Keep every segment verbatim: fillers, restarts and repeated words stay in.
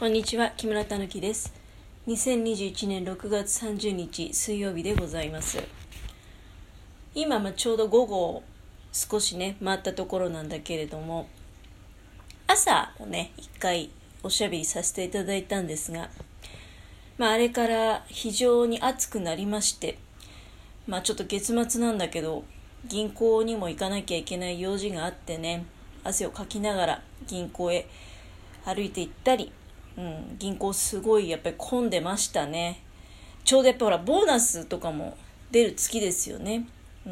こんにちは、木村たぬきです。にせんにじゅういちねんろくがつさんじゅうにち水曜日でございます。今、まあ、ちょうど午後少しね回ったところなんだけれども、朝をね一回おしゃべりさせていただいたんですが、まあ、あれから非常に暑くなりまして、まあ、ちょっと月末なんだけど銀行にも行かなきゃいけない用事があってね、汗をかきながら銀行へ歩いて行ったり、うん、銀行すごいやっぱり混んでましたね。ちょうどやっぱほらボーナスとかも出る月ですよね。うん、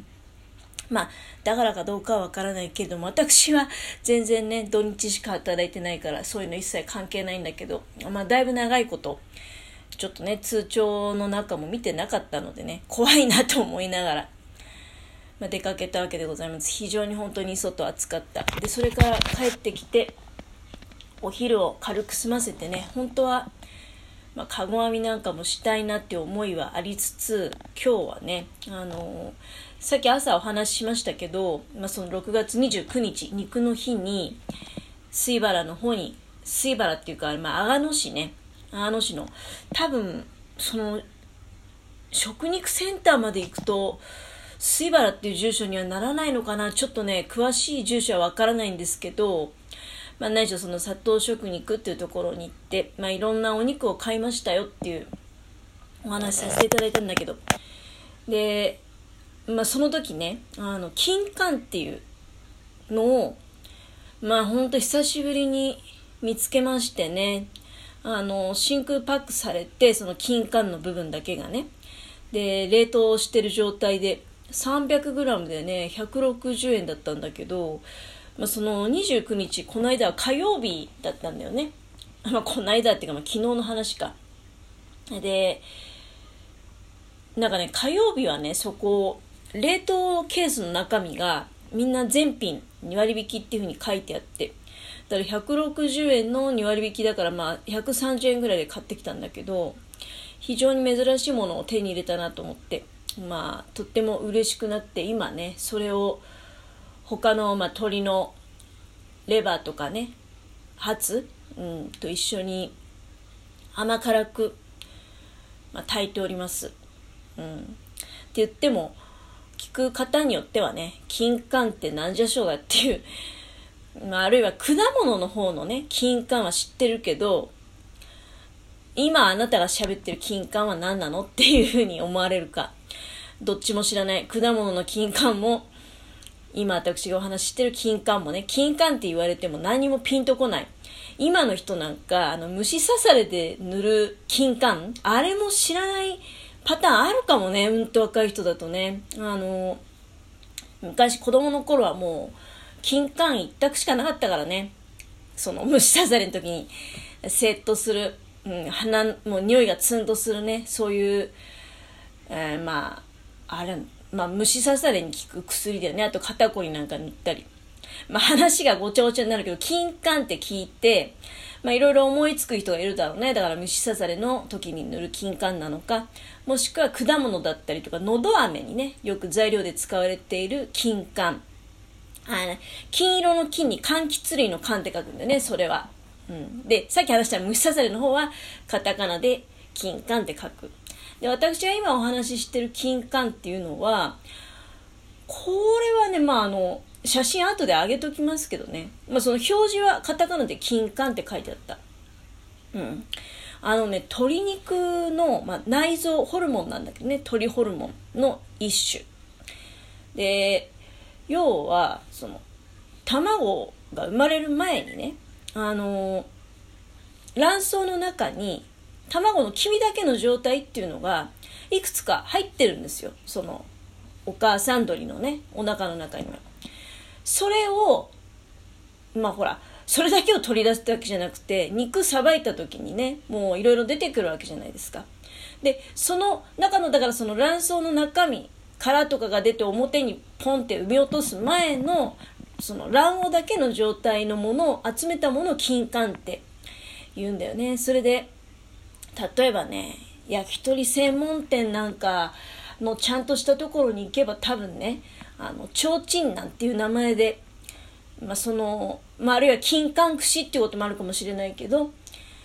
まあだからかどうかはわからないけれども、私は全然ね土日しか働いてないからそういうの一切関係ないんだけど、まあだいぶ長いことちょっとね通帳の中も見てなかったのでね、怖いなと思いながら、まあ、出かけたわけでございます。非常に本当に外暑かった。でそれから帰ってきてお昼を軽く済ませてね、本当は、まあ、かご編みなんかもしたいなって思いはありつつ、今日はね、あのー、さっき朝お話ししましたけど、まあ、そのろくがつにじゅうくにち肉の日に水原の方に、水原っていうか、まあ、阿賀野市ね、阿賀野市の多分その食肉センターまで行くと水原っていう住所にはならないのかな。ちょっとね詳しい住所はわからないんですけど、まあ、何しろその佐藤食肉っていうところに行って、まあ、いろんなお肉を買いましたよっていうお話しさせていただいたんだけど、で、まあ、その時ね、あの金柑っていうのをまあほんと久しぶりに見つけましてね、あの真空パックされて、その金柑の部分だけがね、で冷凍してる状態で さんびゃくグラム でねひゃくろくじゅうえんだったんだけど、まあ、そのにじゅうくにち、この間は火曜日だったんだよね。まあ、この間っていうか、まあ、昨日の話か。で、なんかね、火曜日はね、そこ、冷凍ケースの中身がみんな全品にわりびきっていう風に書いてあって、だからひゃくろくじゅうえんのにわりびきだから、まあ、ひゃくさんじゅうえんぐらいで買ってきたんだけど、非常に珍しいものを手に入れたなと思って、まあ、とっても嬉しくなって、今ね、それを他の、まあ、鶏のレバーとかね、ハツ、うん、と一緒に甘辛く、まあ、炊いております。うん、って言っても聞く方によってはね、金柑ってなんじゃしょうがっていう、まあ、あるいは果物の方のね金柑は知ってるけど、今あなたが喋ってる金柑は何なのっていうふうに思われるか、どっちも知らない。果物の金柑も今私がお話ししてる金柑もね、金柑って言われても何もピンとこない。今の人なんか、あの虫刺されで塗る金柑、あれも知らないパターンあるかもね。うんと若い人だとね、あの昔子供の頃はもう金柑一択しかなかったからね。その虫刺されの時にセットする、うん、鼻もう匂いがツンとするね、そういう、えー、まああれまあ、虫刺されに効く薬だよね。あと肩こりなんか塗ったり。まあ、話がごちゃごちゃになるけど、金柑って聞いて、まあ、いろいろ思いつく人がいるだろうね。だから虫刺されの時に塗る金柑なのか、もしくは果物だったりとか、のど飴にね、よく材料で使われている金柑。あの金色の金に柑橘類の柑って書くんだよね、それは。うん、で、さっき話した虫刺されの方は、カタカナで金柑って書く。で、私が今お話ししてる金柑っていうのは、これはね、まああの写真後で上げときますけどね、まあ、その表示はカタカナで金柑って書いてあった。うん、あのね鶏肉の、まあ、内臓ホルモンなんだけどね、鶏ホルモンの一種で、要はその卵が生まれる前にね、あの卵巣の中に卵の黄身だけの状態っていうのがいくつか入ってるんですよ。そのお母さん鳥のねお腹の中には。それをまあほらそれだけを取り出すわけじゃなくて、肉さばいた時にねもういろいろ出てくるわけじゃないですか。でその中のだからその卵巣の中身殻とかが出て表にポンって産み落とす前のその卵黄だけの状態のものを集めたものを金柑って言うんだよね。それで例えばね、焼き鳥専門店なんかのちゃんとしたところに行けば多分ね、あの提灯なんていう名前で、まあそのまあ、あるいは金柑串っていうこともあるかもしれないけど、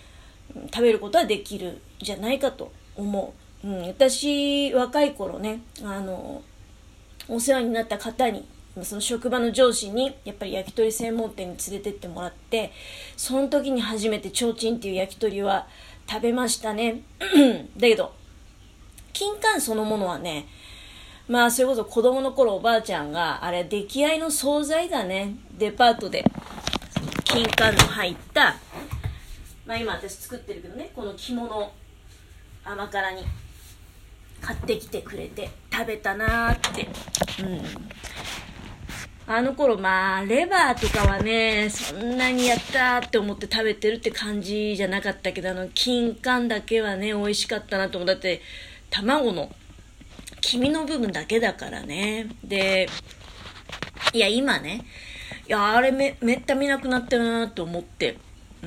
食べることはできるんじゃないかと思う。うん、私若い頃ね、あのお世話になった方に、その職場の上司にやっぱり焼き鳥専門店に連れてってもらって、その時に初めて提灯っていう焼き鳥は食べましたね。だけど金柑そのものはね、まあそれこそ子供の頃おばあちゃんがあれ出来合いの惣菜だね、デパートで金柑の入った、まあ今私作ってるけどね、この着物甘辛に買ってきてくれて食べたなーって。うんあの頃まあレバーとかはねそんなにやったーって思って食べてるって感じじゃなかったけど、あの金柑だけはね美味しかったなと思う。だって卵の黄身の部分だけだからね。でいや今ね、いやあれ め, めった見なくなってるなと思って、うん、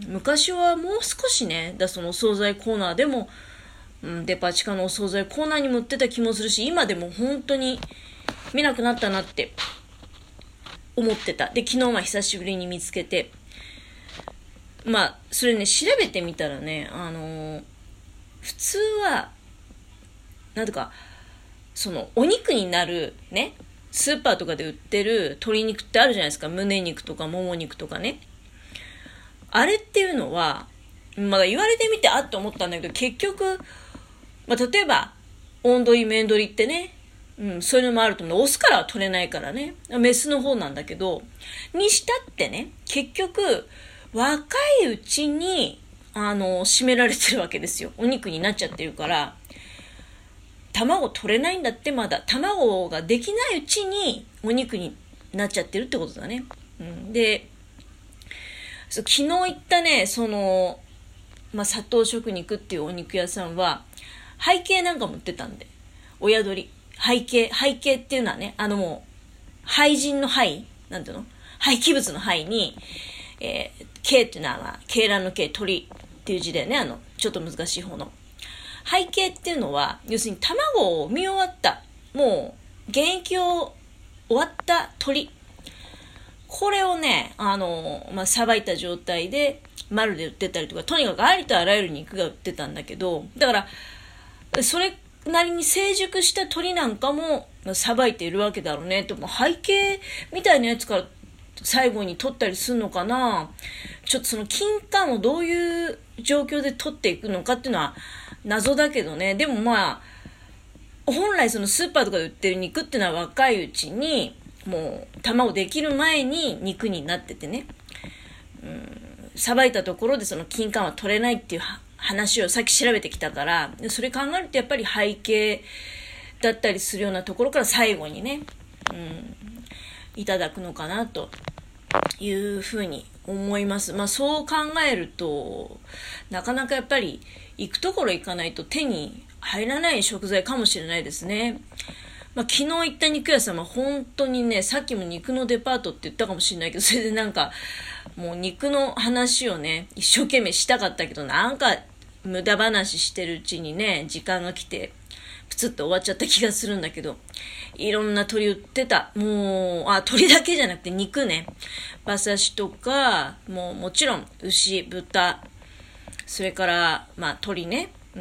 昔はもう少しね、だそのお惣菜コーナーでも、うん、デパ地下のお惣菜コーナーにも売ってた気もするし、今でも本当に見なくなったなって思ってた。で昨日は久しぶりに見つけて、まあそれね調べてみたらね、あのー、普通はなんとかそのお肉になるね、スーパーとかで売ってる鶏肉ってあるじゃないですか。胸肉とかもも肉とかね。あれっていうのはまだ言われてみてあって思ったんだけど、結局、まあ、例えば温取り面取りってね、うん、そういうのもあると思う。オスからは取れないからね、メスの方なんだけど、にしたってね、結局若いうちにあの締められてるわけですよ。お肉になっちゃってるから卵取れないんだって。まだ卵ができないうちにお肉になっちゃってるってことだね。うん、でそう昨日行ったね、その、まあ、佐藤食肉っていうお肉屋さんは背景なんかも売ってたんで、親鳥背景背景っていうのはね、あのもう廃人の廃なんていうの、廃棄物の廃に、えー、鶏っていうのは鶏卵の鶏、鳥っていう字でね、あのちょっと難しい方の背景っていうのは、要するに卵を産み終わった、もう現役を終わった鳥、これをね、あのまあさばいた状態で丸で売ってたりとか、とにかくありとあらゆる肉が売ってたんだけど、だからそれなりに成熟した鳥なんかもさばいているわけだろうね。でも背景みたいなやつから最後に取ったりするのかな。ちょっとその金柑をどういう状況で取っていくのかっていうのは謎だけどね。でもまあ本来そのスーパーとかで売ってる肉っていうのは若いうちにもう卵できる前に肉になっててね、さばいたところでその金柑は取れないっていう話をさっき調べてきたから、それ考えるとやっぱり背景だったりするようなところから最後にね、うん、いただくのかなというふうに思います。まあそう考えるとなかなかやっぱり行くところ行かないと手に入らない食材かもしれないですね。まあ、昨日行った肉屋さんは本当にね、さっきも肉のデパートって言ったかもしれないけど、それでなんかもう肉の話をね一生懸命したかったけど、なんか無駄話してるうちにね時間が来てプツッと終わっちゃった気がするんだけど、いろんな鶏売ってた。もうあ鶏だけじゃなくて肉ね、馬刺しとか、もうもちろん牛、豚、それからまあ鶏ね、うん、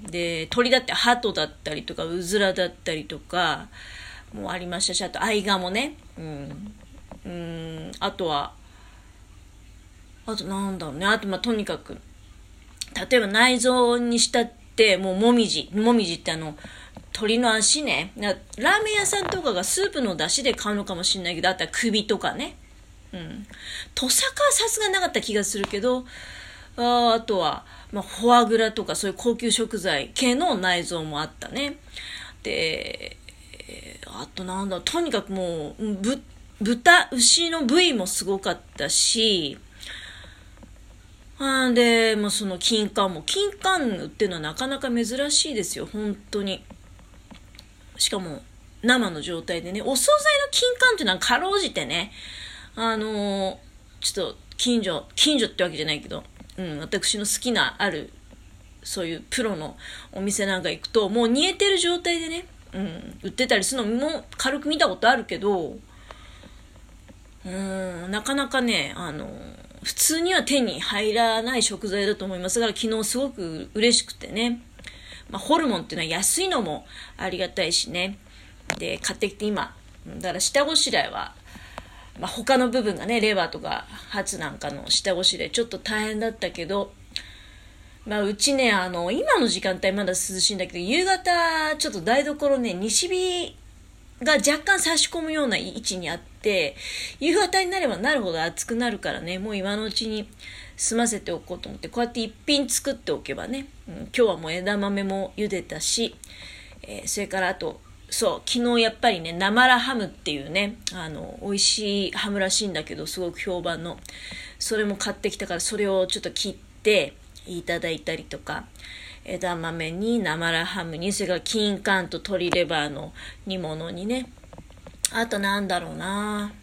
で鳥だって鳩だったりとかうずらだったりとかもありましたし、あと合鴨ね、うんうん、あとはあとなんだろうね、あとまあとにかく例えば内臓にしたってもうもみじもみじってあの鳥の足ね、ラーメン屋さんとかがスープの出汁で買うのかもしれないけど、あとは首とかね、うん、トサカはさすがなかった気がするけど、あ, あとは、まあ、フォアグラとかそういう高級食材系の内臓もあったね。で、あとなんだ、とにかくもうぶ豚牛の部位もすごかったし、あでもうその金柑も金柑っていうのはなかなか珍しいですよ本当に。しかも生の状態でね、お惣菜の金柑っていうのはかろうじてね、あのー、ちょっと近所近所ってわけじゃないけど、うん、私の好きなあるそういうプロのお店なんか行くともう煮えてる状態でね、うん、売ってたりするのも軽く見たことあるけど、うん、なかなかね、あの普通には手に入らない食材だと思います。だから昨日すごく嬉しくてね、まあ、ホルモンっていうのは安いのもありがたいしね、で買ってきて今だから下ごしらえは、まあ、他の部分がねレバーとかハツなんかの下ごしらえちょっと大変だったけど、まあ、うちねあの今の時間帯まだ涼しいんだけど、夕方ちょっと台所ね西日が若干差し込むような位置にあって、夕方になればなるほど暑くなるからね、もう今のうちに済ませておこうと思って、こうやって一品作っておけばね、うん、今日はもう枝豆も茹でたし、えー、それからあとそう昨日やっぱりね生ラハムっていうねあの美味しいハムらしいんだけど、すごく評判のそれも買ってきたから、それをちょっと切っていただいたりとか、枝豆に生ラハムに、それから金柑と鶏レバーの煮物にね、あとなんだろうな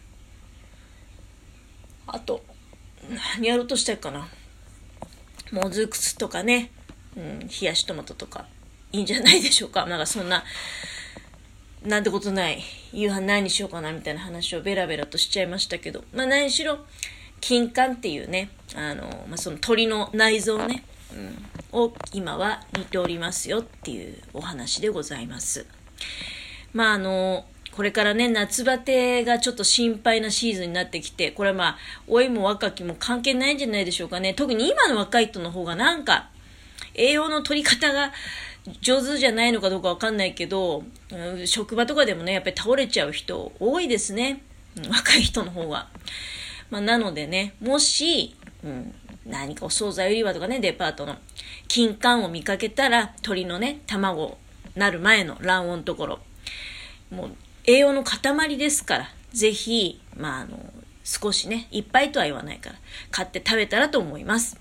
あと何やろうとしたいかな、もずく酢とかね、うん、冷やしトマトとかいいんじゃないでしょうか。なんかそんななんてことない夕飯何にしようかなみたいな話をベラベラとしちゃいましたけど、まあ何しろ金柑っていうねあの、まあ、その鶏の内臓ね、うん、を今は煮ておりますよっていうお話でございます。まああのこれからね夏バテがちょっと心配なシーズンになってきて、これはまあ老いも若きも関係ないんじゃないでしょうかね。特に今の若い人の方がなんか栄養の取り方が上手じゃないのかどうかわかんないけど、うん、職場とかでもねやっぱり倒れちゃう人多いですね、うん、若い人の方が、まあ、なのでねもし、うん、何かお惣菜売り場とかねデパートの金柑を見かけたら、鶏のね卵なる前の卵黄のところもう栄養の塊ですから、ぜひまああの少しねいっぱいとは言わないから買って食べたらと思います。